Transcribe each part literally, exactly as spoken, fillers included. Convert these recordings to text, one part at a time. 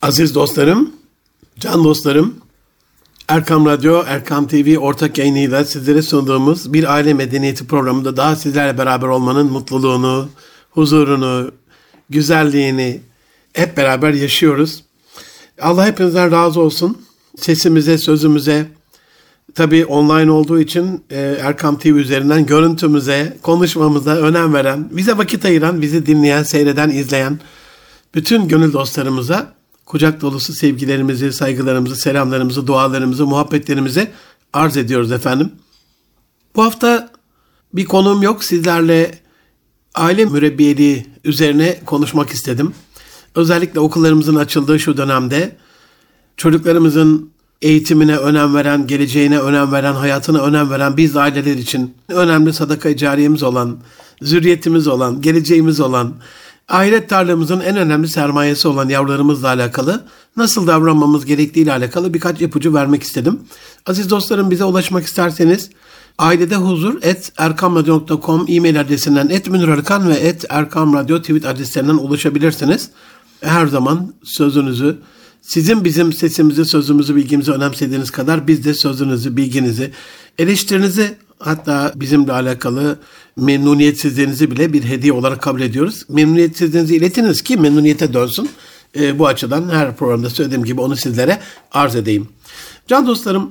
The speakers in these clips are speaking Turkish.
Aziz dostlarım, can dostlarım, Erkam Radyo, Erkam T V ortak yayınıyla sizlere sunduğumuz bir aile medeniyeti programında daha sizlerle beraber olmanın mutluluğunu, huzurunu, güzelliğini hep beraber yaşıyoruz. Allah hepinizden razı olsun. Sesimize, sözümüze, tabii online olduğu için Erkam T V üzerinden görüntümüze, konuşmamıza önem veren, bize vakit ayıran, bizi dinleyen, seyreden, izleyen bütün gönül dostlarımıza kucak dolusu sevgilerimizi, saygılarımızı, selamlarımızı, dualarımızı, muhabbetlerimizi arz ediyoruz efendim. Bu hafta bir konuğum yok. Sizlerle aile mürebbiyeliği üzerine konuşmak istedim. Özellikle okullarımızın açıldığı şu dönemde çocuklarımızın eğitimine önem veren, geleceğine önem veren, hayatına önem veren biz aileler için önemli sadaka-i cariyemiz olan, zürriyetimiz olan, geleceğimiz olan, ahiret tarlamızın en önemli sermayesi olan yavrularımızla alakalı nasıl davranmamız gerektiğiyle alakalı birkaç ipucu vermek istedim. Aziz dostlarım, bize ulaşmak isterseniz ailedehuzur et erkamradyo nokta com e-mail adresinden, et Münir Arıkan ve et erkamradyo tweet adreslerinden ulaşabilirsiniz. Her zaman sözünüzü, sizin bizim sesimizi, sözümüzü, bilgimizi önemsediğiniz kadar biz de sözünüzü, bilginizi, eleştirinizi, hatta bizimle alakalı memnuniyetsizliğinizi bile bir hediye olarak kabul ediyoruz. Memnuniyetsizliğinizi iletiniz ki memnuniyete dönsün. E, bu açıdan her programda söylediğim gibi onu sizlere arz edeyim. Can dostlarım,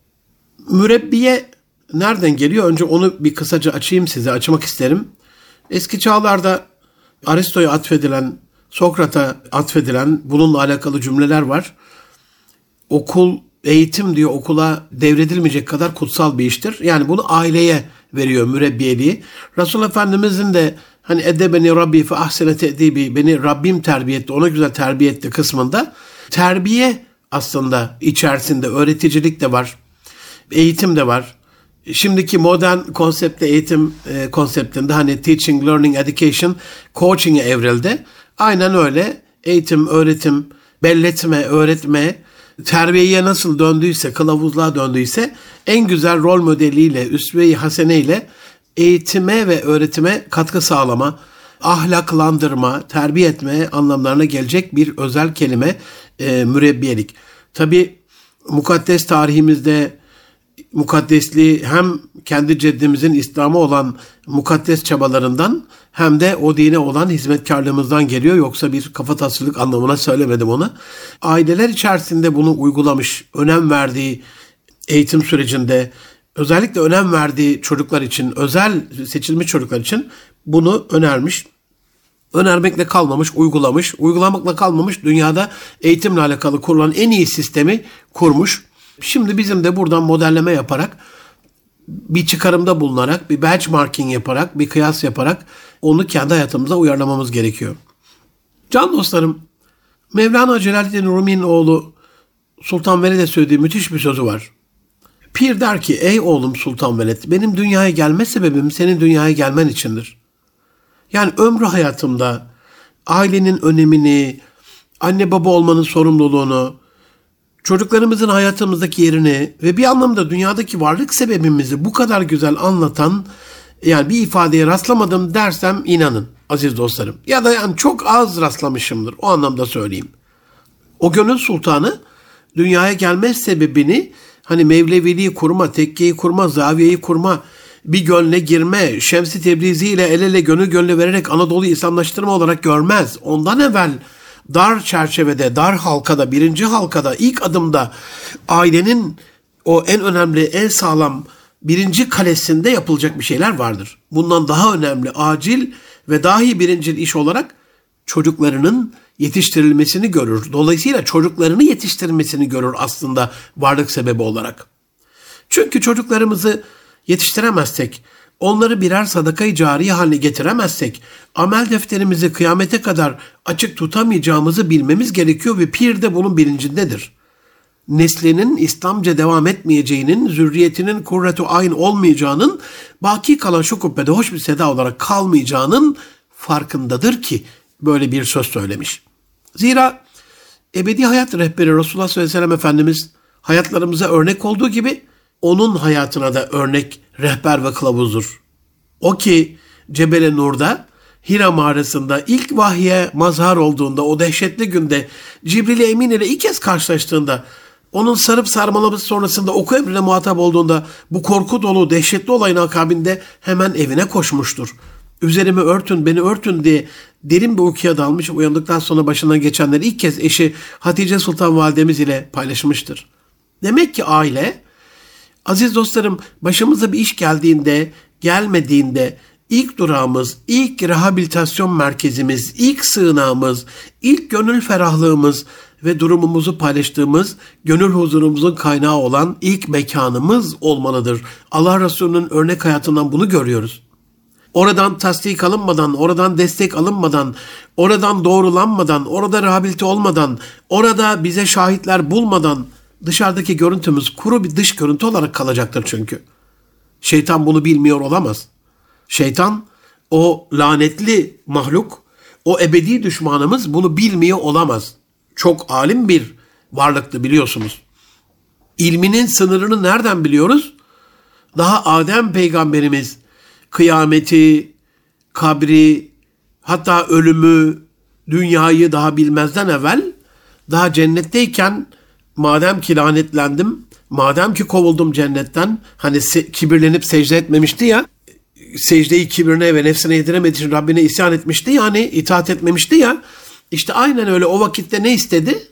mürebbiye nereden geliyor? Önce onu bir kısaca açayım size, açmak isterim. Eski çağlarda Aristo'ya atfedilen, Sokrat'a atfedilen bununla alakalı cümleler var. Okul, eğitim diyor, okula devredilmeyecek kadar kutsal bir iştir. Yani bunu aileye veriyor mürebbiyeliği. Resul Efendimizin de hani edebeni Rabbi fe ahsene te'dibi, beni Rabbim terbiye etti, ona güzel terbiye etti kısmında terbiye aslında içerisinde öğreticilik de var, eğitim de var. Şimdiki modern konsepte, eğitim e, konseptinde hani teaching, learning, education, coaching'e evrildi. Aynen öyle eğitim, öğretim, belletme, öğretme, terbiyeye nasıl döndüyse, kılavuzluğa döndüyse en güzel rol modeliyle, üsve-i hasene ile eğitime ve öğretime katkı sağlama, ahlaklandırma, terbiye etme anlamlarına gelecek bir özel kelime e, mürebbiyelik. Tabi mukaddes tarihimizde mukaddesliği hem kendi ceddimizin İslam'a olan mukaddes çabalarından hem de o dine olan hizmetkarlığımızdan geliyor. Yoksa bir kafatasçılık anlamına söylemedim onu. Aileler içerisinde bunu uygulamış, önem verdiği eğitim sürecinde, özellikle önem verdiği çocuklar için, özel seçilmiş çocuklar için bunu önermiş. Önermekle kalmamış, uygulamış. Uygulamakla kalmamış, dünyada eğitimle alakalı kurulan en iyi sistemi kurmuş. Şimdi bizim de buradan modelleme yaparak, bir çıkarımda bulunarak, bir benchmarking yaparak, bir kıyas yaparak onu kendi hayatımıza uyarlamamız gerekiyor. Can dostlarım, Mevlana Celaleddin Rumi'nin oğlu Sultan Veled'e söylediği müthiş bir sözü var. Pir der ki, ey oğlum Sultan Veled, benim dünyaya gelme sebebim senin dünyaya gelmen içindir. Yani ömrü hayatımda ailenin önemini, anne baba olmanın sorumluluğunu, çocuklarımızın hayatımızdaki yerini ve bir anlamda dünyadaki varlık sebebimizi bu kadar güzel anlatan, yani bir ifadeye rastlamadım dersem inanın aziz dostlarım. Ya da yani çok az rastlamışımdır, o anlamda söyleyeyim. O gönül sultanı dünyaya gelme sebebini hani Mevleviliği kurma, tekkeyi kurma, zaviyeyi kurma, bir gönle girme, Şems-i Tebrizi ile el ele gönül gönle vererek Anadolu'yu İslamlaştırma olarak görmez. Ondan evvel dar çerçevede, dar halkada, birinci halkada, ilk adımda ailenin o en önemli, en sağlam birinci kalesinde yapılacak bir şeyler vardır. Bundan daha önemli, acil ve dahi birincil iş olarak çocuklarının yetiştirilmesini görür. Dolayısıyla çocuklarını yetiştirilmesini görür aslında varlık sebebi olarak. Çünkü çocuklarımızı yetiştiremezsek, onları birer sadaka-i cariye haline getiremezsek, amel defterimizi kıyamete kadar açık tutamayacağımızı bilmemiz gerekiyor ve pir de bunun bilincindedir. Neslinin İslamca devam etmeyeceğinin, zürriyetinin kurretu ayn olmayacağının, baki kalan şu kubbede hoş bir seda olarak kalmayacağının farkındadır ki böyle bir söz söylemiş. Zira ebedi hayat rehberi Resulullah sallallahu aleyhi ve sellem Efendimiz hayatlarımıza örnek olduğu gibi onun hayatına da örnek, rehber ve kılavuzdur. O ki Cebel-i Nur'da Hira mağarasında ilk vahye mazhar olduğunda, o dehşetli günde Cibril-i Emin ile ilk kez karşılaştığında, onun sarıp sarmalaması sonrasında oku emrine muhatap olduğunda bu korku dolu dehşetli olayın akabinde hemen evine koşmuştur. Üzerimi örtün, beni örtün diye derin bir uykuya dalmış, uyandıktan sonra başından geçenleri ilk kez eşi Hatice Sultan Validemiz ile paylaşmıştır. Demek ki aile, aziz dostlarım, başımıza bir iş geldiğinde, gelmediğinde ilk durağımız, ilk rehabilitasyon merkezimiz, ilk sığınağımız, ilk gönül ferahlığımız ve durumumuzu paylaştığımız, gönül huzurumuzun kaynağı olan ilk mekanımız olmalıdır. Allah Resulü'nün örnek hayatından bunu görüyoruz. Oradan tasdik alınmadan, oradan destek alınmadan, oradan doğrulanmadan, orada rehabilite olmadan, orada bize şahitler bulmadan dışarıdaki görüntümüz kuru bir dış görüntü olarak kalacaktır çünkü. Şeytan bunu bilmiyor olamaz. Şeytan, o lanetli mahluk, o ebedi düşmanımız bunu bilmiyor olamaz. Çok alim bir varlıktı biliyorsunuz. İlminin sınırını nereden biliyoruz? Daha Adem peygamberimiz kıyameti, kabri, hatta ölümü, dünyayı daha bilmezden evvel, daha cennetteyken madem ki lanetlendim, madem ki kovuldum cennetten, hani se- kibirlenip secde etmemişti ya, secdeyi kibrine ve nefsine yediremediği için Rabbine isyan etmişti ya, hani itaat etmemişti ya, işte aynen öyle o vakitte ne istedi?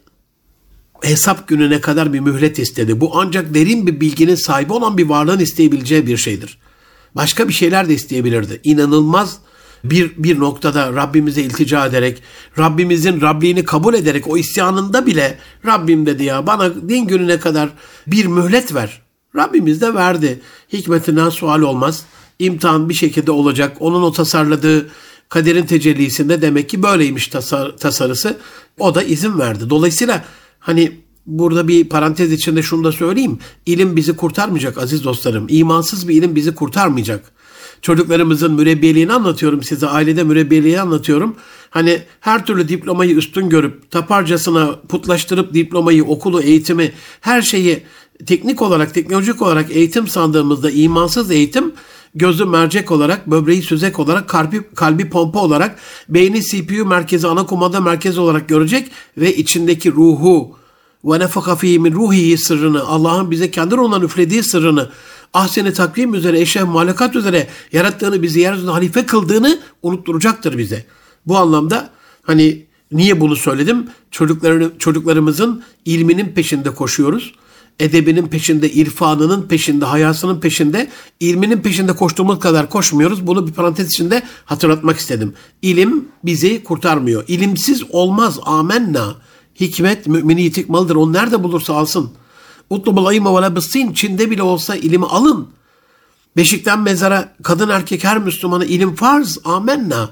Hesap gününe kadar bir mühlet istedi. Bu ancak derin bir bilginin sahibi olan bir varlığın isteyebileceği bir şeydir. Başka bir şeyler de isteyebilirdi. İnanılmaz bir, bir noktada Rabbimize iltica ederek, Rabbimizin Rabliğini kabul ederek o isyanında bile Rabbim dedi ya bana din gününe kadar bir mühlet ver. Rabbimiz de verdi. Hikmetinden sual olmaz. İmtihan bir şekilde olacak. Onun o tasarladığı kaderin tecellisinde demek ki böyleymiş tasar, tasarısı. O da izin verdi. Dolayısıyla hani burada bir parantez içinde şunu da söyleyeyim. İlim bizi kurtarmayacak aziz dostlarım. İmansız bir ilim bizi kurtarmayacak. Çocuklarımızın mürebbiyeliğini anlatıyorum size. Ailede mürebbiyeliği anlatıyorum. Hani her türlü diplomayı üstün görüp, taparcasına putlaştırıp diplomayı, okulu, eğitimi, her şeyi teknik olarak, teknolojik olarak eğitim sandığımızda imansız eğitim, gözü mercek olarak, böbreği süzek olarak, kalbi, kalbi pompa olarak, beyni C P U merkezi, ana kumanda merkezi olarak görecek ve içindeki ruhu ve nefaka fîhî min ruhihi sırrını, Allah'ın bize kendi ruhundan üflediği sırrını, ahsen-i takvim üzere, eşref muhalekat üzere yarattığını, bizi yeryüzünde halife kıldığını unutturacaktır bize. Bu anlamda hani niye bunu söyledim? Çocukları, çocuklarımızın ilminin peşinde koşuyoruz. Edebinin peşinde, irfanının peşinde, hayasının peşinde, ilminin peşinde koştuğumuz kadar koşmuyoruz. Bunu bir parantez içinde hatırlatmak istedim. İlim bizi kurtarmıyor. İlimsiz olmaz. Amenna. Hikmet mümini yitikmalıdır. Onu nerede bulursa alsın. Utlubul ayma ve lebissin. Çin'de bile olsa ilimi alın. Beşikten mezara kadın erkek her Müslümana ilim farz. Amenna.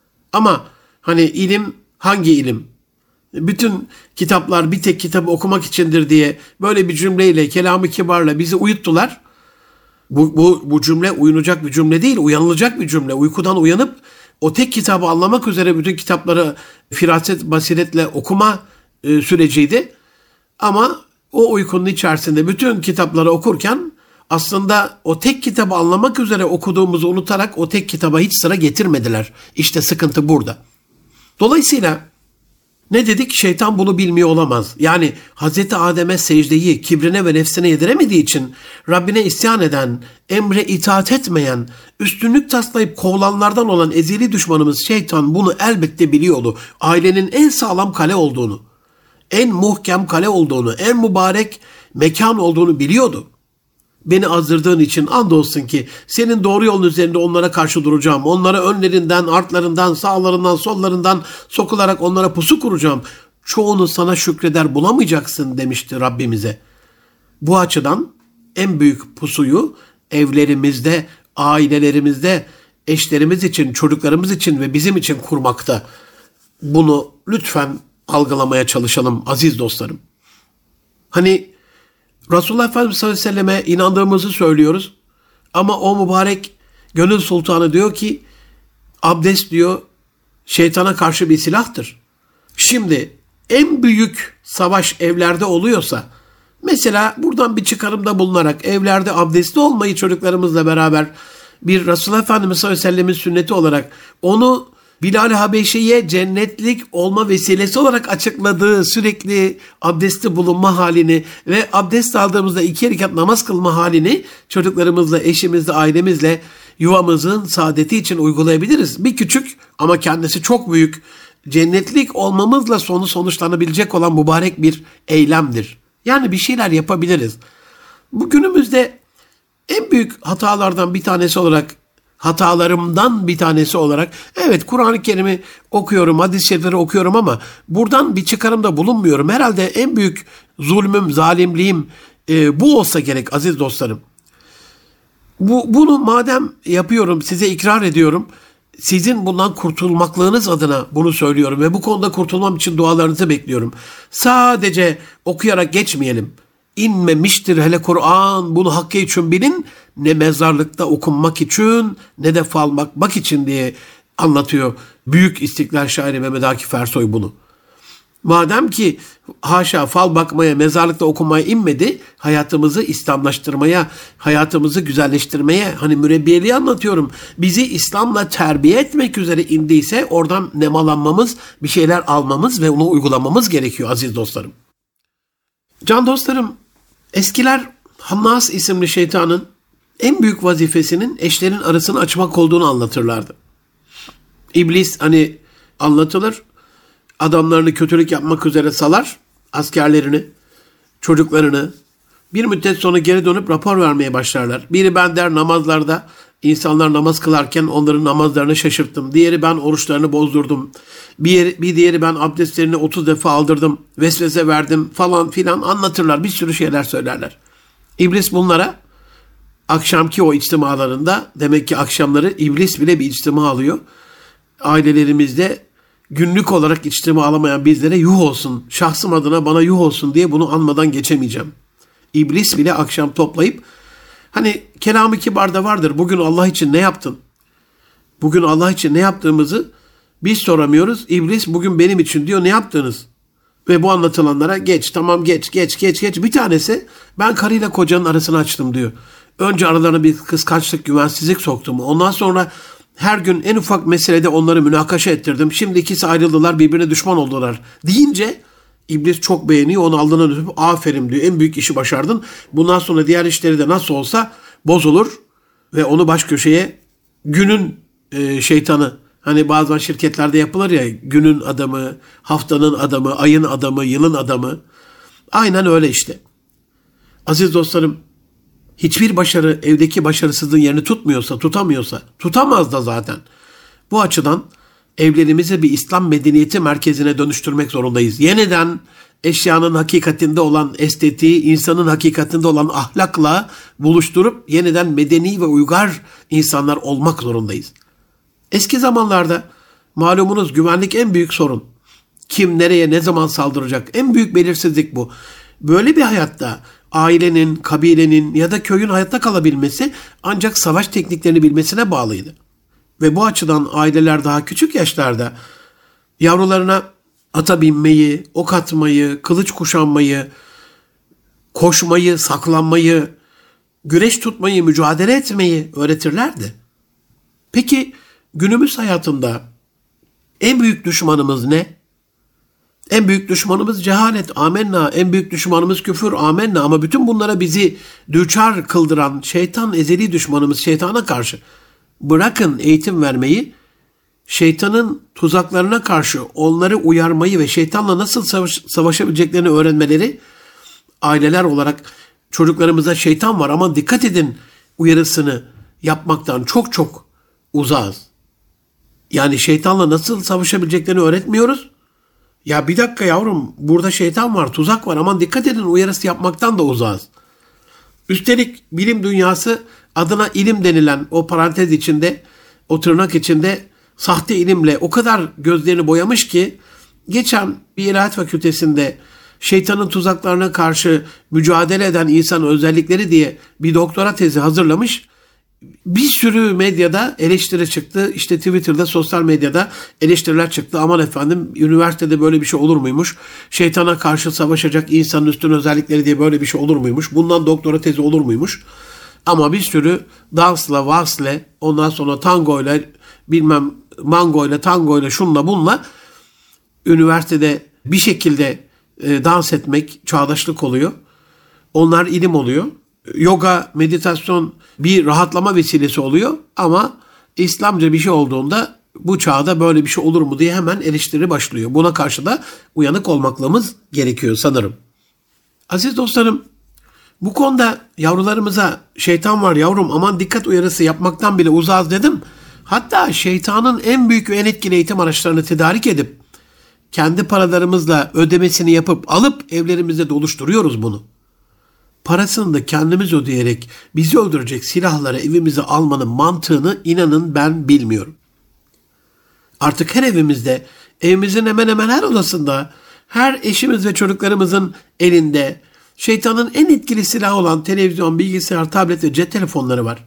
Ama hani ilim hangi ilim? Bütün kitaplar bir tek kitabı okumak içindir diye böyle bir cümleyle, kelamı kibarla bizi uyuttular. Bu, bu, bu cümle uyunacak bir cümle değil, uyanılacak bir cümle. Uykudan uyanıp o tek kitabı anlamak üzere bütün kitapları firaset, basiretle okuma e, süreciydi. Ama o uykunun içerisinde bütün kitapları okurken aslında o tek kitabı anlamak üzere okuduğumuzu unutarak o tek kitaba hiç sıra getirmediler. İşte sıkıntı burada. Dolayısıyla ne dedik? Şeytan bunu bilmiyor olamaz. Yani Hazreti Adem'e secdeyi kibrine ve nefsine yediremediği için Rabbine isyan eden, emre itaat etmeyen, üstünlük taslayıp kovulanlardan olan ezeli düşmanımız şeytan bunu elbette biliyordu. Ailenin en sağlam kale olduğunu, en muhkem kale olduğunu, en mübarek mekan olduğunu biliyordu. Beni azdırdığın için andolsun ki senin doğru yolun üzerinde onlara karşı duracağım. Onlara önlerinden, artlarından, sağlarından, sollarından sokularak onlara pusu kuracağım. Çoğunu sana şükreder bulamayacaksın demişti Rabbimize. Bu açıdan en büyük pusuyu evlerimizde, ailelerimizde, eşlerimiz için, çocuklarımız için ve bizim için kurmakta. Bunu lütfen algılamaya çalışalım aziz dostlarım. Hani Resulullah Efendimiz sallallahu aleyhi ve selleme inandığımızı söylüyoruz. Ama o mübarek gönül sultanı diyor ki abdest diyor şeytana karşı bir silahtır. Şimdi en büyük savaş evlerde oluyorsa mesela buradan bir çıkarımda bulunarak evlerde abdestli olmayı çocuklarımızla beraber bir Resulullah Efendimiz sallallahu aleyhi ve sellemin sünneti olarak onu Bilal-i Habeşi'ye cennetlik olma vesilesi olarak açıkladığı sürekli abdesti bulunma halini ve abdest aldığımızda iki rekat namaz kılma halini çocuklarımızla, eşimizle, ailemizle yuvamızın saadeti için uygulayabiliriz. Bir küçük ama kendisi çok büyük cennetlik olmamızla sonu sonuçlanabilecek olan mübarek bir eylemdir. Yani bir şeyler yapabiliriz. Bu günümüzde en büyük hatalardan bir tanesi olarak, hatalarımdan bir tanesi olarak, evet Kur'an-ı Kerim'i okuyorum, hadis-i şerifleri okuyorum ama buradan bir çıkarımda bulunmuyorum. Herhalde en büyük zulmüm, zalimliğim e, bu olsa gerek aziz dostlarım. Bu, bunu madem yapıyorum, size ikrar ediyorum. Sizin bundan kurtulmaklığınız adına bunu söylüyorum ve bu konuda kurtulmam için dualarınızı bekliyorum. Sadece okuyarak geçmeyelim. İnmemiştir hele Kur'an, bunu hakkı için bilin, ne mezarlıkta okunmak için ne de fal bakmak için diye anlatıyor büyük İstiklal şairi Mehmet Akif Ersoy bunu. Madem ki haşa fal bakmaya, mezarlıkta okumaya inmedi, hayatımızı İslamlaştırmaya, hayatımızı güzelleştirmeye, hani mürebbiyeliği anlatıyorum, bizi İslam'la terbiye etmek üzere indiyse oradan nemalanmamız, bir şeyler almamız ve onu uygulamamız gerekiyor aziz dostlarım. Can dostlarım, eskiler Hamnas isimli şeytanın en büyük vazifesinin eşlerin arasını açmak olduğunu anlatırlardı. İblis hani anlatılır, adamlarını kötülük yapmak üzere salar, askerlerini, çocuklarını. Bir müddet sonra geri dönüp rapor vermeye başlarlar. Biri ben der namazlarda, insanlar namaz kılarken onların namazlarını şaşırttım. Diğeri ben oruçlarını bozdurdum. Bir, bir diğeri ben abdestlerini otuz defa aldırdım, vesvese verdim falan filan anlatırlar. Bir sürü şeyler söylerler. İblis bunlara akşamki o içtimalarında, demek ki akşamları iblis bile bir içtima alıyor. Ailelerimizde günlük olarak içtima alamayan bizlere yuh olsun, şahsım adına bana yuh olsun diye bunu anmadan geçemeyeceğim. İblis bile akşam toplayıp, hani kelam-ı kibarda vardır, bugün Allah için ne yaptın? Bugün Allah için ne yaptığımızı biz soramıyoruz. İblis bugün benim için diyor, ne yaptınız? Ve bu anlatılanlara geç, tamam geç, geç, geç, geç. Bir tanesi ben karıyla kocanın arasını açtım diyor. Önce aralarına bir kıskançlık, güvensizlik soktum. Ondan sonra her gün en ufak meselede onları münakaşa ettirdim. Şimdi ikisi ayrıldılar, birbirine düşman oldular deyince İblis çok beğeniyor. Onu alnından öpüp aferin diyor. En büyük işi başardın. Bundan sonra diğer işleri de nasıl olsa bozulur ve onu baş köşeye günün e, şeytanı, hani bazen şirketlerde yapılır ya, günün adamı, haftanın adamı, ayın adamı, yılın adamı. Aynen öyle işte. Aziz dostlarım, hiçbir başarı evdeki başarısızlığın yerini tutmuyorsa, tutamıyorsa, tutamaz da zaten. Bu açıdan evlerimizi bir İslam medeniyeti merkezine dönüştürmek zorundayız. Yeniden eşyanın hakikatinde olan estetiği, insanın hakikatinde olan ahlakla buluşturup yeniden medeni ve uygar insanlar olmak zorundayız. Eski zamanlarda malumunuz güvenlik en büyük sorun. Kim nereye ne zaman saldıracak? En büyük belirsizlik bu. Böyle bir hayatta ailenin, kabilenin ya da köyün hayatta kalabilmesi ancak savaş tekniklerini bilmesine bağlıydı. Ve bu açıdan aileler daha küçük yaşlarda yavrularına ata binmeyi, ok atmayı, kılıç kuşanmayı, koşmayı, saklanmayı, güreş tutmayı, mücadele etmeyi öğretirlerdi. Peki günümüz hayatında en büyük düşmanımız ne? En büyük düşmanımız cehalet, amenna. En büyük düşmanımız küfür, amenna. Ama bütün bunlara bizi düçar kıldıran şeytan, ezeli düşmanımız şeytana karşı. Bırakın eğitim vermeyi, şeytanın tuzaklarına karşı onları uyarmayı ve şeytanla nasıl savaş, savaşabileceklerini öğrenmeleri, aileler olarak çocuklarımıza şeytan var aman dikkat edin uyarısını yapmaktan çok çok uzağız. Yani şeytanla nasıl savaşabileceklerini öğretmiyoruz. Ya bir dakika yavrum, burada şeytan var, tuzak var, aman dikkat edin uyarısı yapmaktan da uzağız. Üstelik bilim dünyası adına ilim denilen o parantez içinde, o tırnak içinde sahte ilimle o kadar gözlerini boyamış ki geçen bir ilahiyat fakültesinde şeytanın tuzaklarına karşı mücadele eden insan özellikleri diye bir doktora tezi hazırlamış. Bir sürü medyada eleştiri çıktı. İşte Twitter'da, sosyal medyada eleştiriler çıktı. Aman efendim, üniversitede böyle bir şey olur muymuş? Şeytana karşı savaşacak insanın üstün özellikleri diye böyle bir şey olur muymuş? Bundan doktora tezi olur muymuş? Ama bir sürü dansla, varsle, ondan sonra tangoyla, bilmem mangoyla, tangoyla, şunla bunla üniversitede bir şekilde e, dans etmek çağdaşlık oluyor. Onlar ilim oluyor. Yoga, meditasyon bir rahatlama vesilesi oluyor ama İslamca bir şey olduğunda bu çağda böyle bir şey olur mu diye hemen eleştiri başlıyor. Buna karşı da uyanık olmaklığımız gerekiyor sanırım. Aziz dostlarım, bu konuda yavrularımıza şeytan var yavrum aman dikkat uyarısı yapmaktan bile uzağız dedim. Hatta şeytanın en büyük ve en etkili eğitim araçlarını tedarik edip kendi paralarımızla ödemesini yapıp alıp evlerimizde doluşturuyoruz bunu. Parasını da kendimiz ödeyerek bizi öldürecek silahları evimize almanın mantığını inanın ben bilmiyorum. Artık her evimizde, evimizin hemen hemen her odasında, her eşimiz ve çocuklarımızın elinde şeytanın en etkili silahı olan televizyon, bilgisayar, tablet ve cep telefonları var.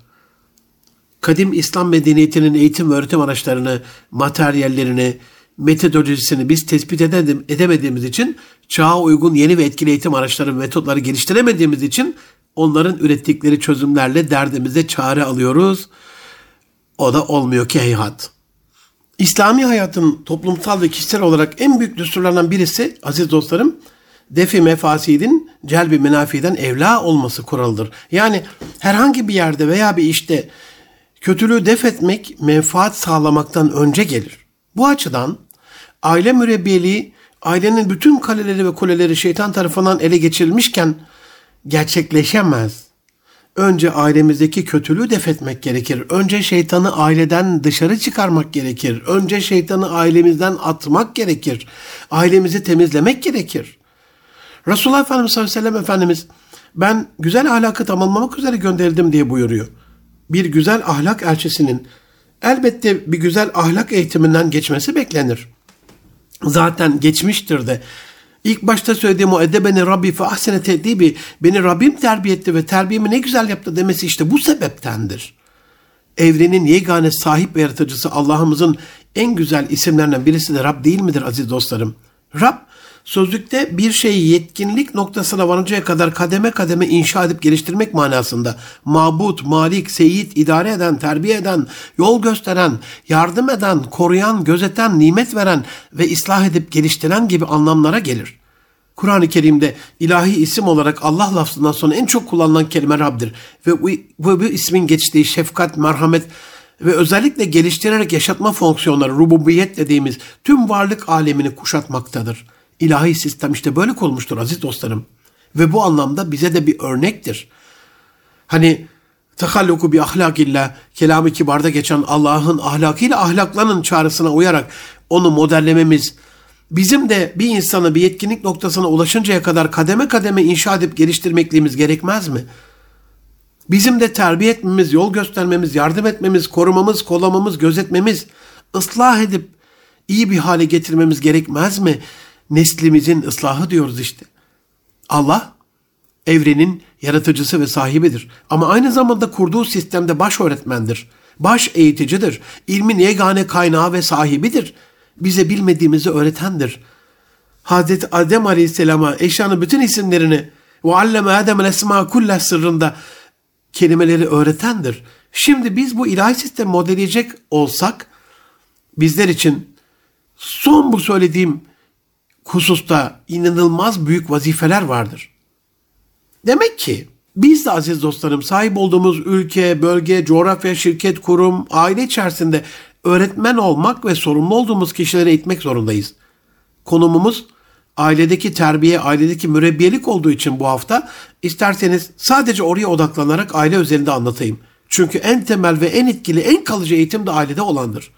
Kadim İslam medeniyetinin eğitim ve öğretim araçlarını, materyallerini, metodolojisini biz tespit edemediğimiz için, çağa uygun yeni ve etkili eğitim araçları ve metotları geliştiremediğimiz için onların ürettikleri çözümlerle derdimize çare alıyoruz. O da olmuyor ki heyhat. İslami hayatın toplumsal ve kişisel olarak en büyük düsturlarından birisi aziz dostlarım, defi mefasidin celbi menafiden evla olması kuralıdır. Yani herhangi bir yerde veya bir işte kötülüğü def etmek menfaat sağlamaktan önce gelir. Bu açıdan aile mürebbiyeliği, ailenin bütün kaleleri ve kuleleri şeytan tarafından ele geçirilmişken gerçekleşemez. Önce ailemizdeki kötülüğü def etmek gerekir. Önce şeytanı aileden dışarı çıkarmak gerekir. Önce şeytanı ailemizden atmak gerekir. Ailemizi temizlemek gerekir. Resulullah Efendimiz sallallahu aleyhi ve sellem Efendimiz ben güzel ahlakı tamamlamak üzere gönderildim diye buyuruyor. Bir güzel ahlak elçisinin elbette bir güzel ahlak eğitiminden geçmesi beklenir. Zaten geçmiştir de. İlk başta söylediğim o edebeni Rabbi fe ahsene tedibi, beni Rabbim terbiye etti ve terbiyemi ne güzel yaptı demesi işte bu sebeptendir. Evrenin yegane sahip ve yaratıcısı Allah'ımızın en güzel isimlerinden birisi de Rab değil midir aziz dostlarım? Rab, sözlükte bir şeyi yetkinlik noktasına varıncaya kadar kademe kademe inşa edip geliştirmek manasında mabut, malik, seyit, idare eden, terbiye eden, yol gösteren, yardım eden, koruyan, gözeten, nimet veren ve ıslah edip geliştiren gibi anlamlara gelir. Kur'an-ı Kerim'de ilahi isim olarak Allah lafzından sonra en çok kullanılan kelime Rab'dir. Ve bu, bu, bu ismin geçtiği şefkat, merhamet ve özellikle geliştirerek yaşatma fonksiyonları, rububiyet dediğimiz tüm varlık alemini kuşatmaktadır. İlahi sistem işte böyle kurulmuştur aziz dostlarım. Ve bu anlamda bize de bir örnektir. Hani tehalluku bi ahlakillah, kelam-ı kibarda geçen Allah'ın ahlakıyla ahlaklanın çağrısına uyarak onu modellememiz, bizim de bir insanı bir yetkinlik noktasına ulaşıncaya kadar kademe kademe inşa edip geliştirmekliğimiz gerekmez mi? Bizim de terbiye etmemiz, yol göstermemiz, yardım etmemiz, korumamız, kollamamız, gözetmemiz, ıslah edip iyi bir hale getirmemiz gerekmez mi? Neslimizin ıslahı diyoruz işte. Allah evrenin yaratıcısı ve sahibidir. Ama aynı zamanda kurduğu sistemde baş öğretmendir. Baş eğiticidir. İlmin yegane kaynağı ve sahibidir. Bize bilmediğimizi öğretendir. Hazreti Adem Aleyhisselam'a eşyanın bütün isimlerini ve alleme Adem'el esma kulle sırrında kelimeleri öğretendir. Şimdi biz bu ilahi sistemi modelleyecek olsak bizler için son bu söylediğim hususta inanılmaz büyük vazifeler vardır. Demek ki biz de aziz dostlarım sahip olduğumuz ülke, bölge, coğrafya, şirket, kurum, aile içerisinde öğretmen olmak ve sorumlu olduğumuz kişileri eğitmek zorundayız. Konumumuz ailedeki terbiye, ailedeki mürebbiyelik olduğu için bu hafta isterseniz sadece oraya odaklanarak aile özelinde anlatayım. Çünkü en temel ve en etkili, en kalıcı eğitim de ailede olandır.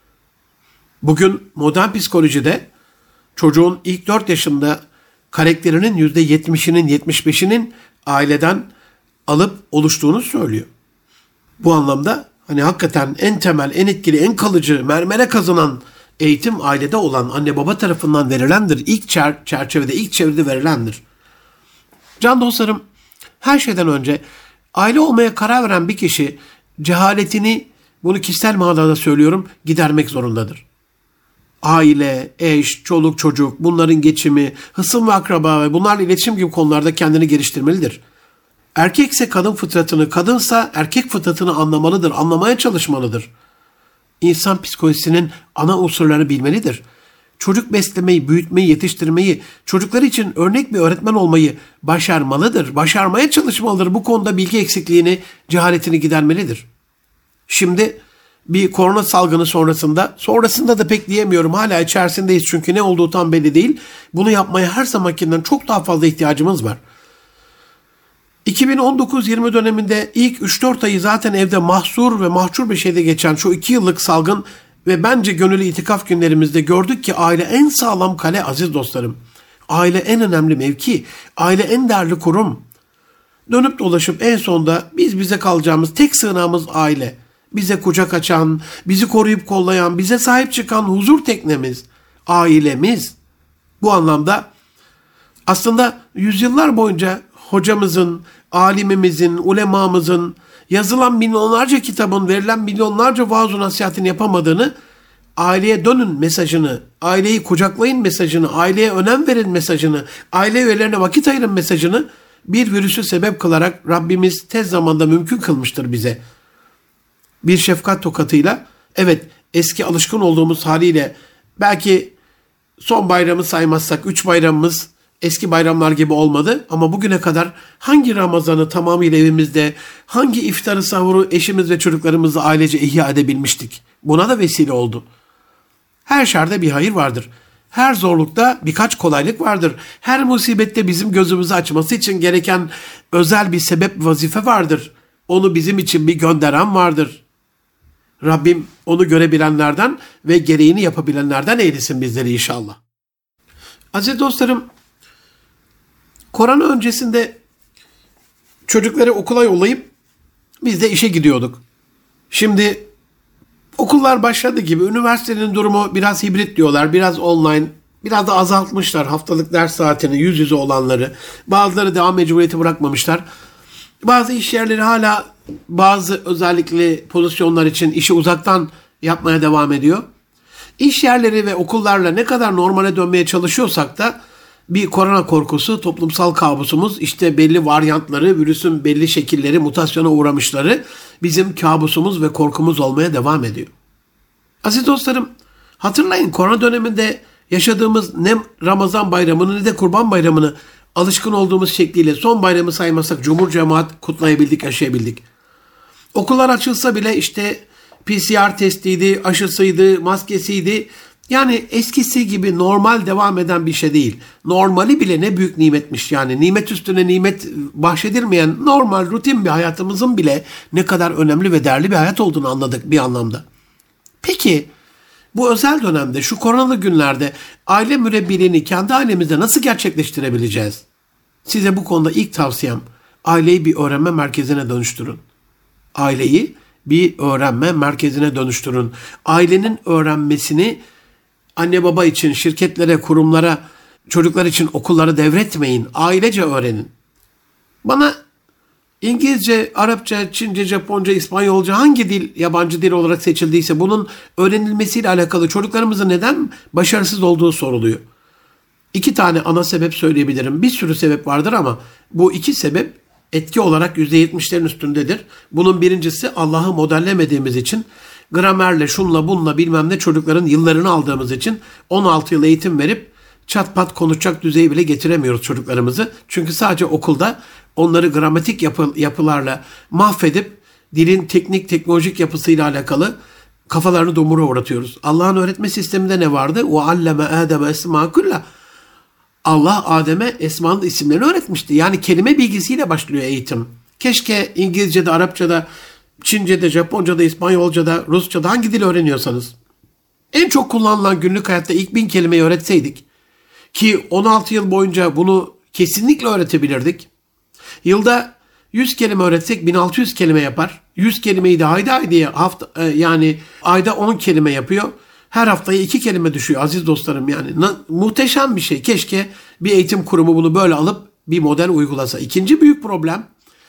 Bugün modern psikolojide çocuğun ilk dört yaşında karakterinin yüzde yetmişinin, yetmiş beşinin aileden alıp oluştuğunu söylüyor. Bu anlamda hani hakikaten en temel, en etkili, en kalıcı, mermere kazınan eğitim ailede olan anne baba tarafından verilendir. İlk çer- çerçevede, ilk çevrede verilendir. Can dostlarım, her şeyden önce aile olmaya karar veren bir kişi cehaletini, bunu kişisel manada söylüyorum, gidermek zorundadır. Aile, eş, çoluk çocuk, bunların geçimi, hısım ve akraba ve bunlarla iletişim gibi konularda kendini geliştirmelidir. Erkekse kadın fıtratını, kadınsa erkek fıtratını anlamalıdır, anlamaya çalışmalıdır. insan psikolojisinin ana unsurlarını bilmelidir. Çocuk beslemeyi, büyütmeyi, yetiştirmeyi, çocuklar için örnek bir öğretmen olmayı başarmalıdır. Başarmaya çalışmalıdır. Bu konuda bilgi eksikliğini, cehaletini gidermelidir. Şimdi bir korona salgını sonrasında, sonrasında da pek diyemiyorum, hala içerisindeyiz çünkü ne olduğu tam belli değil. Bunu yapmaya her zamankinden çok daha fazla ihtiyacımız var. iki bin on dokuz yirmi döneminde ilk üç dört ayı zaten evde mahsur ve mahcur bir şeyde geçen şu iki yıllık salgın ve bence gönüllü itikaf günlerimizde gördük ki aile en sağlam kale aziz dostlarım. Aile en önemli mevki, aile en değerli kurum. Dönüp dolaşıp en sonunda biz bize kalacağımız tek sığınağımız aile. Bize kucak açan, bizi koruyup kollayan, bize sahip çıkan huzur teknemiz, ailemiz. Bu anlamda aslında yüzyıllar boyunca hocamızın, alimimizin, ulemamızın, yazılan milyonlarca kitabın, verilen milyonlarca vaaz-ı nasihatini yapamadığını, aileye dönün mesajını, aileyi kucaklayın mesajını, aileye önem verin mesajını, aile üyelerine vakit ayırın mesajını bir virüsü sebep kılarak Rabbimiz tez zamanda mümkün kılmıştır bize. Bir şefkat tokatıyla, evet eski alışkın olduğumuz haliyle belki son bayramı saymazsak üç bayramımız eski bayramlar gibi olmadı ama bugüne kadar hangi Ramazan'ı tamamıyla evimizde, hangi iftarı sahuru eşimiz ve çocuklarımızla ailece ihya edebilmiştik? Buna da vesile oldu. Her şerde bir hayır vardır. Her zorlukta birkaç kolaylık vardır. Her musibette bizim gözümüzü açması için gereken özel bir sebep, vazife vardır. Onu bizim için bir gönderen vardır. Rabbim onu görebilenlerden ve gereğini yapabilenlerden eylesin bizleri inşallah. Aziz dostlarım, korona öncesinde çocukları okula yollayıp biz de işe gidiyorduk. Şimdi okullar başladı gibi üniversitenin durumu biraz hibrit diyorlar, biraz online, biraz da azaltmışlar haftalık ders saatini, yüz yüze olanları. Bazıları devam mecburiyeti bırakmamışlar. Bazı iş yerleri hala bazı özellikle pozisyonlar için işi uzaktan yapmaya devam ediyor. İş yerleri ve okullarla ne kadar normale dönmeye çalışıyorsak da bir korona korkusu, toplumsal kabusumuz, işte belli varyantları, virüsün belli şekilleri, mutasyona uğramışları bizim kabusumuz ve korkumuz olmaya devam ediyor. Aziz dostlarım, hatırlayın korona döneminde yaşadığımız ne Ramazan bayramını ne de Kurban bayramını alışkın olduğumuz şekliyle son bayramı saymasak cumhur cemaat kutlayabildik, yaşayabildik. Okullar açılsa bile işte P C R testiydi, aşısıydı, maskesiydi. Yani eskisi gibi normal devam eden bir şey değil. Normali bile ne büyük nimetmiş yani. Nimet üstüne nimet bahşedilmeyen normal rutin bir hayatımızın bile ne kadar önemli ve değerli bir hayat olduğunu anladık bir anlamda. Peki bu özel dönemde, şu koronalı günlerde aile mürebbiliğini kendi ailemizde nasıl gerçekleştirebileceğiz? Size bu konuda ilk tavsiyem aileyi bir öğrenme merkezine dönüştürün. Aileyi bir öğrenme merkezine dönüştürün. Ailenin öğrenmesini anne baba için, şirketlere, kurumlara, çocuklar için okullara devretmeyin. Ailece öğrenin. Bana İngilizce, Arapça, Çince, Japonca, İspanyolca hangi dil yabancı dil olarak seçildiyse bunun öğrenilmesiyle alakalı çocuklarımızın neden başarısız olduğu soruluyor. İki tane ana sebep söyleyebilirim. Bir sürü sebep vardır ama bu iki sebep etki olarak yüzde yetmişlerin üstündedir. Bunun birincisi Allah'ı modellemediğimiz için, gramerle, şunla, bunla bilmem ne çocukların yıllarını aldığımız için on altı yıl eğitim verip çat pat konuşacak düzeye bile getiremiyoruz çocuklarımızı. Çünkü sadece okulda onları gramatik yapı, yapılarla mahvedip dilin teknik, teknolojik yapısıyla alakalı kafalarını dumura uğratıyoruz. Allah'ın öğretme sisteminde ne vardı? وَعَلَّمَ آدَمَ اسْمَا كُلَّ Allah Adem'e Esma'nın isimlerini öğretmişti. Yani kelime bilgisiyle başlıyor eğitim. Keşke İngilizce'de, Arapça'da, Çince'de, Japonca'da, İspanyolca'da, Rusça'da hangi dil öğreniyorsanız en çok kullanılan günlük hayatta ilk bin kelimeyi öğretseydik ki on altı yıl boyunca bunu kesinlikle öğretebilirdik. Yılda yüz kelime öğretsek bin altı yüz kelime yapar. yüz kelimeyi de haydi haydiye hafta yani ayda on kelime yapıyor. Her haftaya iki kelime düşüyor aziz dostlarım yani. Na, muhteşem bir şey. Keşke bir eğitim kurumu bunu böyle alıp bir model uygulasa. İkinci büyük problem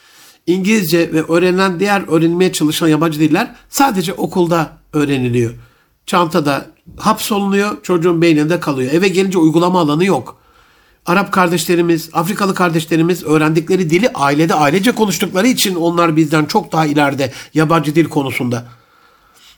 İngilizce ve öğrenilen diğer öğrenilmeye çalışılan yabancı diller sadece okulda öğreniliyor. Çantada hapsolunuyor, çocuğun beyninde kalıyor. Eve gelince uygulama alanı yok. Arap kardeşlerimiz, Afrikalı kardeşlerimiz öğrendikleri dili ailede ailece konuştukları için onlar bizden çok daha ileride yabancı dil konusunda.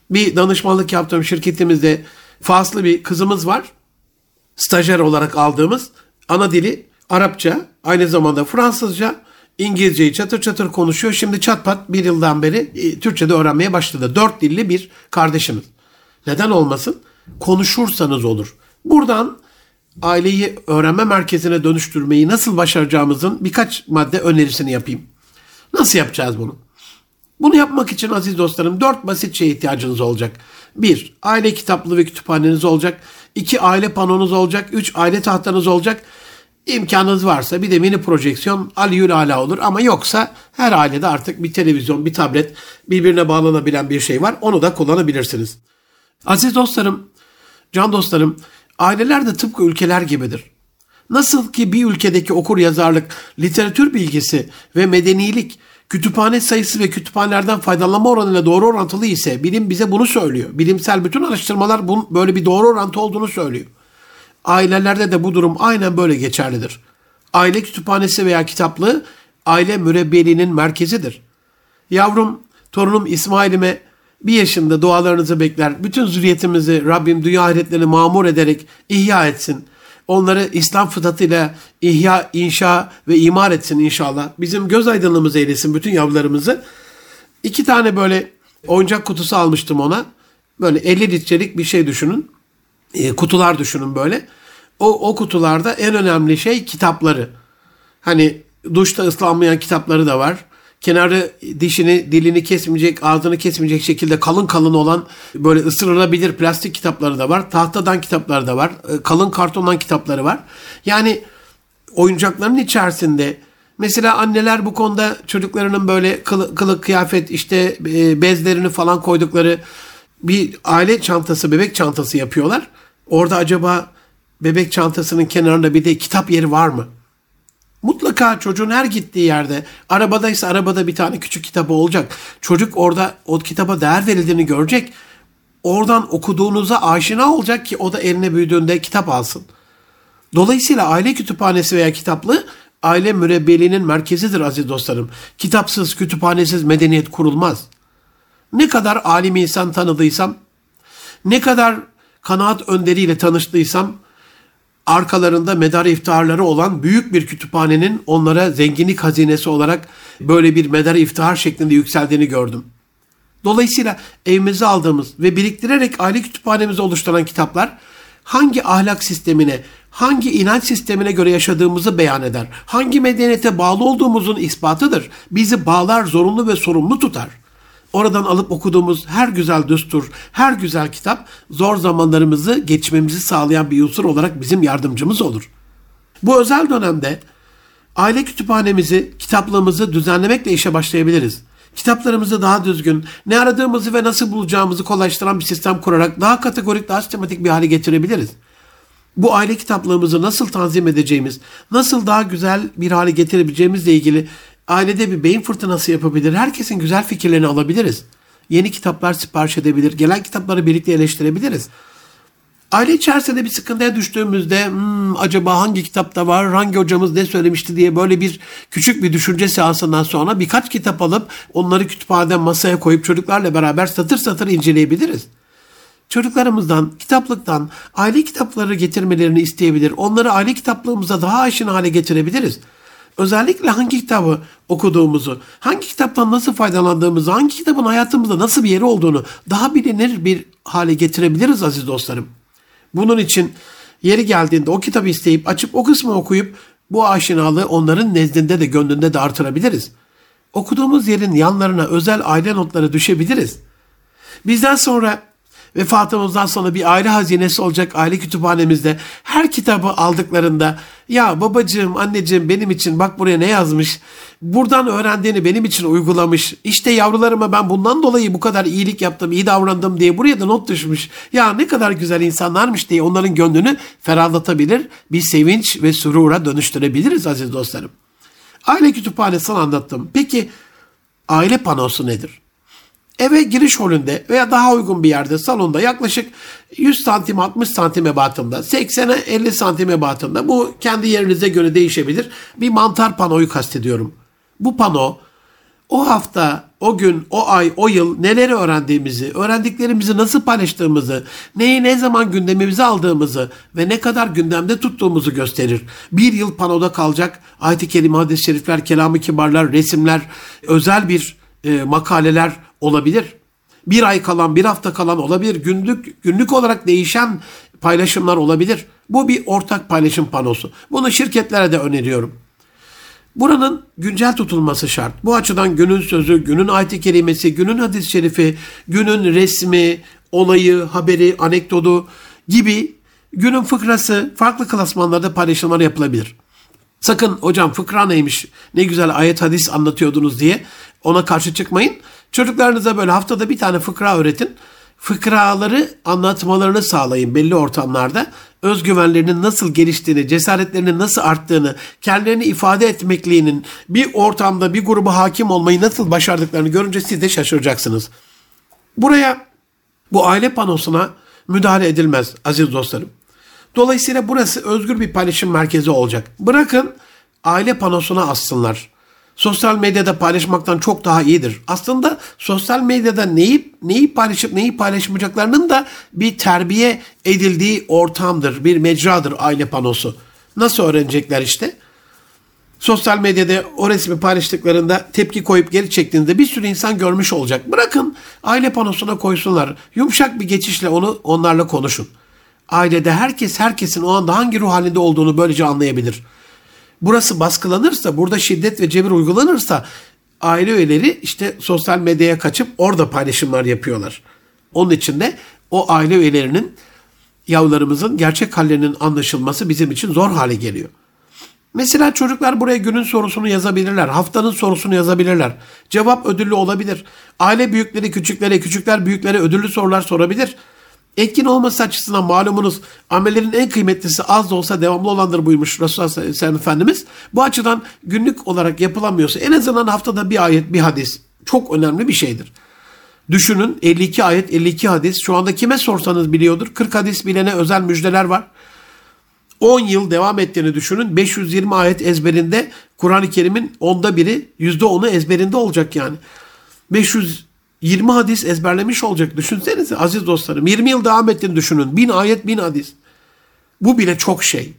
Bir danışmanlık yaptığım şirketimizde faslı bir kızımız var. Stajyer olarak aldığımız, ana dili Arapça, aynı zamanda Fransızca, İngilizceyi çatır çatır konuşuyor. Şimdi çatpat bir yıldan beri e, Türkçe'de öğrenmeye başladı. Dört dilli bir kardeşimiz. Neden olmasın? Konuşursanız olur. Buradan aileyi öğrenme merkezine dönüştürmeyi nasıl başaracağımızın birkaç madde önerisini yapayım. Nasıl yapacağız bunu? Bunu yapmak için aziz dostlarım dört basit şeye ihtiyacınız olacak. Bir, aile kitaplığı ve kütüphaneniz olacak. İki, aile panonuz olacak. Üç, aile tahtanız olacak. İmkanınız varsa bir de mini projeksiyon aliyül ala olur. Ama yoksa her ailede artık bir televizyon, bir tablet, birbirine bağlanabilen bir şey var. Onu da kullanabilirsiniz. Aziz dostlarım, can dostlarım, aileler de tıpkı ülkeler gibidir. Nasıl ki bir ülkedeki okur yazarlık, literatür bilgisi ve medenilik, kütüphane sayısı ve kütüphanelerden faydalanma oranıyla doğru orantılı ise bilim bize bunu söylüyor. Bilimsel bütün araştırmalar bunun böyle bir doğru orantı olduğunu söylüyor. Ailelerde de bu durum aynen böyle geçerlidir. Aile kütüphanesi veya kitaplığı aile mürebbiyeliğinin merkezidir. Yavrum, torunum İsmail'ime bir yaşında dualarınızı bekler. Bütün zürriyetimizi Rabbim dünya ahiretlerini mamur ederek ihya etsin. Onları İslam fıtratıyla ihya, inşa ve imar etsin inşallah. Bizim göz aydınlığımızı eylesin bütün yavrularımızı. İki tane böyle oyuncak kutusu almıştım ona. Böyle elli litrelik bir şey düşünün. E, kutular düşünün böyle. O, o kutularda en önemli şey kitapları. Hani duşta ıslanmayan kitapları da var. Kenarı dişini, dilini kesmeyecek, ağzını kesmeyecek şekilde kalın kalın olan böyle ısırılabilir plastik kitapları da var. Tahtadan kitapları da var. Kalın kartondan kitapları var. Yani oyuncakların içerisinde mesela anneler bu konuda çocuklarının böyle kılık, kılık kıyafet işte bezlerini falan koydukları bir aile çantası, bebek çantası yapıyorlar. Orada acaba bebek çantasının kenarında bir de kitap yeri var mı? Mutlaka çocuğun her gittiği yerde, arabadaysa arabada bir tane küçük kitabı olacak. Çocuk orada o kitaba değer verildiğini görecek. Oradan okuduğunuza aşina olacak ki o da eline büyüdüğünde kitap alsın. Dolayısıyla aile kütüphanesi veya kitaplığı aile mürebbiyeliğinin merkezidir aziz dostlarım. Kitapsız, kütüphanesiz medeniyet kurulmaz. Ne kadar alim insan tanıdıysam, ne kadar kanaat önderiyle tanıştıysam, arkalarında medar iftiharları olan büyük bir kütüphanenin onlara zenginlik hazinesi olarak böyle bir medar iftihar şeklinde yükseldiğini gördüm. Dolayısıyla evimize aldığımız ve biriktirerek aile kütüphanemizi oluşturan kitaplar hangi ahlak sistemine, hangi inanç sistemine göre yaşadığımızı beyan eder. Hangi medeniyete bağlı olduğumuzun ispatıdır. Bizi bağlar, zorunlu ve sorumlu tutar. Oradan alıp okuduğumuz her güzel düstur, her güzel kitap zor zamanlarımızı geçmemizi sağlayan bir unsur olarak bizim yardımcımız olur. Bu özel dönemde aile kütüphanemizi, kitaplığımızı düzenlemekle işe başlayabiliriz. Kitaplarımızı daha düzgün, ne aradığımızı ve nasıl bulacağımızı kolaylaştıran bir sistem kurarak daha kategorik, daha sistematik bir hale getirebiliriz. Bu aile kitaplığımızı nasıl tanzim edeceğimiz, nasıl daha güzel bir hale getirebileceğimizle ilgili ailede bir beyin fırtınası yapabilir. Herkesin güzel fikirlerini alabiliriz. Yeni kitaplar sipariş edebilir. Gelen kitapları birlikte eleştirebiliriz. Aile içerisinde bir sıkıntıya düştüğümüzde hmm, acaba hangi kitapta var, hangi hocamız ne söylemişti diye böyle bir küçük bir düşünce seansından sonra birkaç kitap alıp onları kütüphaneden masaya koyup çocuklarla beraber satır satır inceleyebiliriz. Çocuklarımızdan, kitaplıktan aile kitapları getirmelerini isteyebilir. Onları aile kitaplığımıza daha aşina hale getirebiliriz. Özellikle hangi kitabı okuduğumuzu, hangi kitaptan nasıl faydalandığımızı, hangi kitabın hayatımızda nasıl bir yeri olduğunu daha bilinir bir hale getirebiliriz aziz dostlarım. Bunun için yeri geldiğinde o kitabı isteyip açıp o kısmı okuyup bu aşinalığı onların nezdinde de gönlünde de artırabiliriz. Okuduğumuz yerin yanlarına özel aile notları düşebiliriz. Bizden sonra, vefatımızdan sonra bir aile hazinesi olacak aile kütüphanemizde her kitabı aldıklarında ya babacığım, anneciğim benim için bak buraya ne yazmış, buradan öğrendiğini benim için uygulamış, işte yavrularıma ben bundan dolayı bu kadar iyilik yaptım, iyi davrandım diye buraya da not düşmüş, ya ne kadar güzel insanlarmış diye onların gönlünü ferahlatabilir, bir sevinç ve sürura dönüştürebiliriz aziz dostlarım. Aile kütüphanesini anlattım. Peki aile panosu nedir? Eve giriş holünde veya daha uygun bir yerde salonda yaklaşık yüz santim altmış santim ebatında, seksene elli santim ebatında, bu kendi yerinize göre değişebilir, bir mantar panoyu kastediyorum. Bu pano o hafta, o gün, o ay, o yıl neleri öğrendiğimizi, öğrendiklerimizi nasıl paylaştığımızı, neyi ne zaman gündemimize aldığımızı ve ne kadar gündemde tuttuğumuzu gösterir. Bir yıl panoda kalacak ayet-i kerime, hadis-i şerifler, kelam-ı kibarlar, resimler, özel bir e, makaleler olabilir. Bir ay kalan, bir hafta kalan olabilir. Günlük, günlük olarak değişen paylaşımlar olabilir. Bu bir ortak paylaşım panosu. Bunu şirketlere de öneriyorum. Buranın güncel tutulması şart. Bu açıdan günün sözü, günün ayet-i kerimesi, günün hadis-i şerifi, günün resmi, olayı, haberi, anekdotu gibi günün fıkrası farklı klasmanlarda paylaşımlar yapılabilir. Sakın hocam fıkra neymiş, ne güzel ayet hadis anlatıyordunuz diye ona karşı çıkmayın. Çocuklarınıza böyle haftada bir tane fıkra öğretin. Fıkraları anlatmalarını sağlayın belli ortamlarda. Özgüvenlerinin nasıl geliştiğini, cesaretlerinin nasıl arttığını, kendilerini ifade etmekliğinin bir ortamda bir gruba hakim olmayı nasıl başardıklarını görünce siz de şaşıracaksınız. Buraya, bu aile panosuna müdahale edilmez aziz dostlarım. Dolayısıyla burası özgür bir paylaşım merkezi olacak. Bırakın aile panosuna assınlar. Sosyal medyada paylaşmaktan çok daha iyidir. Aslında sosyal medyada neyi neyi paylaşıp neyi paylaşmayacaklarının da bir terbiye edildiği ortamdır, bir mecradır aile panosu. Nasıl öğrenecekler işte? Sosyal medyada o resmi paylaştıklarında tepki koyup geri çektiğinde bir sürü insan görmüş olacak. Bırakın aile panosuna koysunlar. Yumuşak bir geçişle onu onlarla konuşun. Ailede herkes herkesin o anda hangi ruh halinde olduğunu böylece anlayabilir. Burası baskılanırsa, burada şiddet ve cebir uygulanırsa aile üyeleri işte sosyal medyaya kaçıp orada paylaşımlar yapıyorlar. Onun için de o aile üyelerinin, yavrularımızın gerçek hallerinin anlaşılması bizim için zor hale geliyor. Mesela çocuklar buraya günün sorusunu yazabilirler, haftanın sorusunu yazabilirler. Cevap ödüllü olabilir. Aile büyükleri küçüklere, küçükler büyüklere ödüllü sorular sorabilir. Etkin olması açısından malumunuz amellerin en kıymetlisi az da olsa devamlı olandır buymuş Resulullah sallallahu aleyhi ve sellem Efendimiz. Bu açıdan günlük olarak yapılamıyorsa en azından haftada bir ayet, bir hadis çok önemli bir şeydir. Düşünün elli iki ayet, elli iki hadis, şu anda kime sorsanız biliyordur. kırk hadis bilene özel müjdeler var. on yıl devam ettiğini düşünün. beş yüz yirmi ayet ezberinde, Kur'an-ı Kerim'in onda biri, yüzde onu ezberinde olacak yani. beş yüz yirmi hadis ezberlemiş olacak. Düşünsenize aziz dostlarım. yirmi yıl devam ettiğini düşünün. bin ayet, bin hadis. Bu bile çok şey.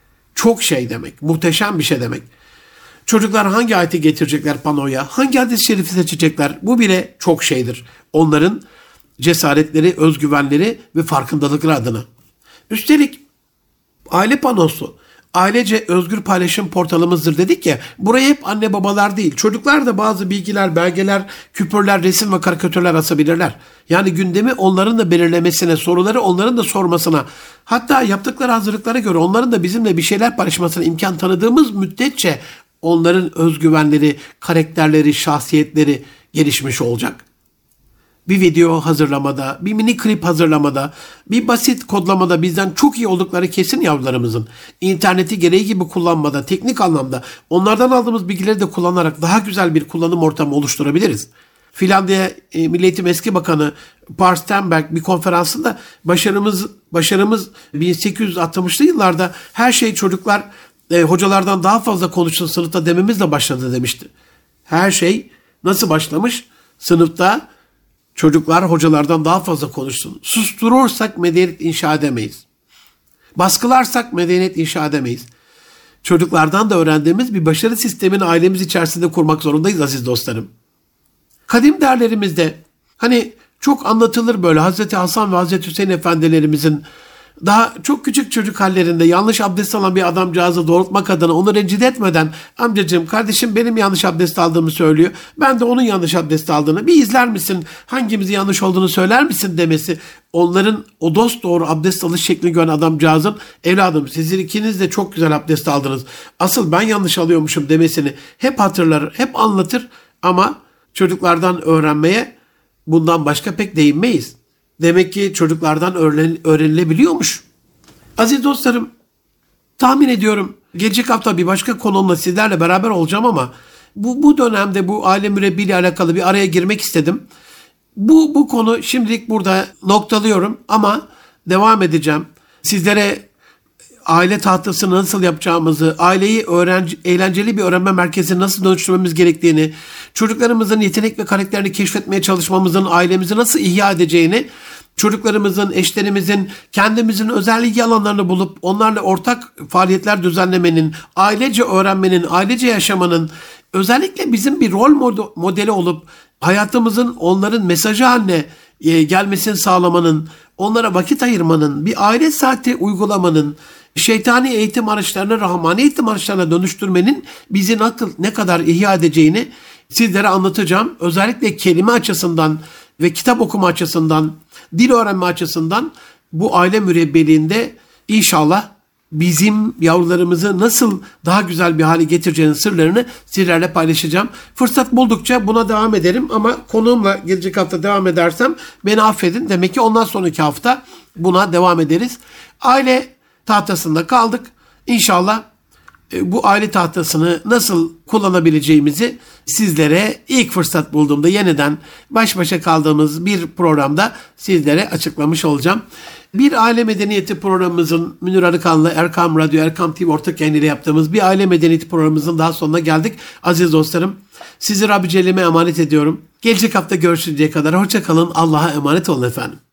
Çok şey demek. Muhteşem bir şey demek. Çocuklar hangi ayeti getirecekler panoya? Hangi hadis-i şerifi seçecekler? Bu bile çok şeydir. Onların cesaretleri, özgüvenleri ve farkındalıkları adına. Üstelik aile panosu, ailece özgür paylaşım portalımızdır dedik ya, buraya hep anne babalar değil, çocuklar da bazı bilgiler, belgeler, küpürler, resim ve karikatürler asabilirler. Yani gündemi onların da belirlemesine, soruları onların da sormasına, hatta yaptıkları hazırlıklara göre onların da bizimle bir şeyler paylaşmasına imkan tanıdığımız müddetçe onların özgüvenleri, karakterleri, şahsiyetleri gelişmiş olacak. Bir video hazırlamada, bir mini klip hazırlamada, bir basit kodlamada bizden çok iyi oldukları kesin yavrularımızın. İnterneti gereği gibi kullanmada, teknik anlamda onlardan aldığımız bilgileri de kullanarak daha güzel bir kullanım ortamı oluşturabiliriz. Finlandiya e, Milli Eğitim Eski Bakanı Par Stenberg bir konferansında başarımız başarımız bin sekiz yüz altmışlı yıllarda her şey çocuklar e, hocalardan daha fazla konuşsun sınıfta dememizle başladı demişti. Her şey nasıl başlamış? Sınıfta çocuklar hocalardan daha fazla konuşsun. Susturursak medeniyet inşa edemeyiz. Baskılarsak medeniyet inşa edemeyiz. Çocuklardan da öğrendiğimiz bir başarı sistemini ailemiz içerisinde kurmak zorundayız aziz dostlarım. Kadim değerlerimizde hani çok anlatılır böyle Hazreti Hasan ve Hazreti Hüseyin efendilerimizin daha çok küçük çocuk hallerinde yanlış abdest alan bir adamcağızı doğrultmak adına onu rencide etmeden amcacığım kardeşim benim yanlış abdest aldığımı söylüyor. Ben de onun yanlış abdest aldığını bir izler misin? Hangimizin yanlış olduğunu söyler misin demesi. Onların o dost doğru abdest alış şeklini gören adamcağızın evladım sizin ikiniz de çok güzel abdest aldınız. Asıl ben yanlış alıyormuşum demesini hep hatırlar, hep anlatır ama çocuklardan öğrenmeye bundan başka pek değinmeyiz. Demek ki çocuklardan öğrenilebiliyormuş. Aziz dostlarım, tahmin ediyorum gelecek hafta bir başka konumla sizlerle beraber olacağım ama bu, bu dönemde bu aile mürebbi ile alakalı bir araya girmek istedim. Bu, bu konu şimdilik burada noktalıyorum ama devam edeceğim. Sizlere aile tahtasını nasıl yapacağımızı, aileyi öğrenci, eğlenceli bir öğrenme merkezine nasıl dönüştürmemiz gerektiğini, çocuklarımızın yetenek ve karakterini keşfetmeye çalışmamızın ailemizi nasıl ihya edeceğini, çocuklarımızın, eşlerimizin, kendimizin özel ilgi alanlarını bulup onlarla ortak faaliyetler düzenlemenin, ailece öğrenmenin, ailece yaşamanın, özellikle bizim bir rol modeli olup hayatımızın onların mesajı haline gelmesini sağlamanın, onlara vakit ayırmanın, bir aile saati uygulamanın, şeytani eğitim araçlarını rahmani eğitim araçlarına dönüştürmenin bizi ne kadar ihya edeceğini sizlere anlatacağım. Özellikle kelime açısından ve kitap okuma açısından, dil öğrenme açısından bu aile mürebbiyeliğinde inşallah bizim yavrularımızı nasıl daha güzel bir hale getireceğinin sırlarını sizlerle paylaşacağım. Fırsat buldukça buna devam ederim ama konuğumla gelecek hafta devam edersem beni affedin. Demek ki ondan sonraki hafta buna devam ederiz. Aile tahtasında kaldık. İnşallah bu aile tahtasını nasıl kullanabileceğimizi sizlere ilk fırsat bulduğumda yeniden baş başa kaldığımız bir programda sizlere açıklamış olacağım. Bir aile medeniyeti programımızın Münir Arıkan'la Erkam Radyo, Erkam T V ortak yayınıyla yaptığımız bir aile medeniyeti programımızın daha sonuna geldik. Aziz dostlarım, sizi Rabbi Celle'me emanet ediyorum. Gelecek hafta görüşünceye kadar hoşça kalın. Allah'a emanet olun efendim.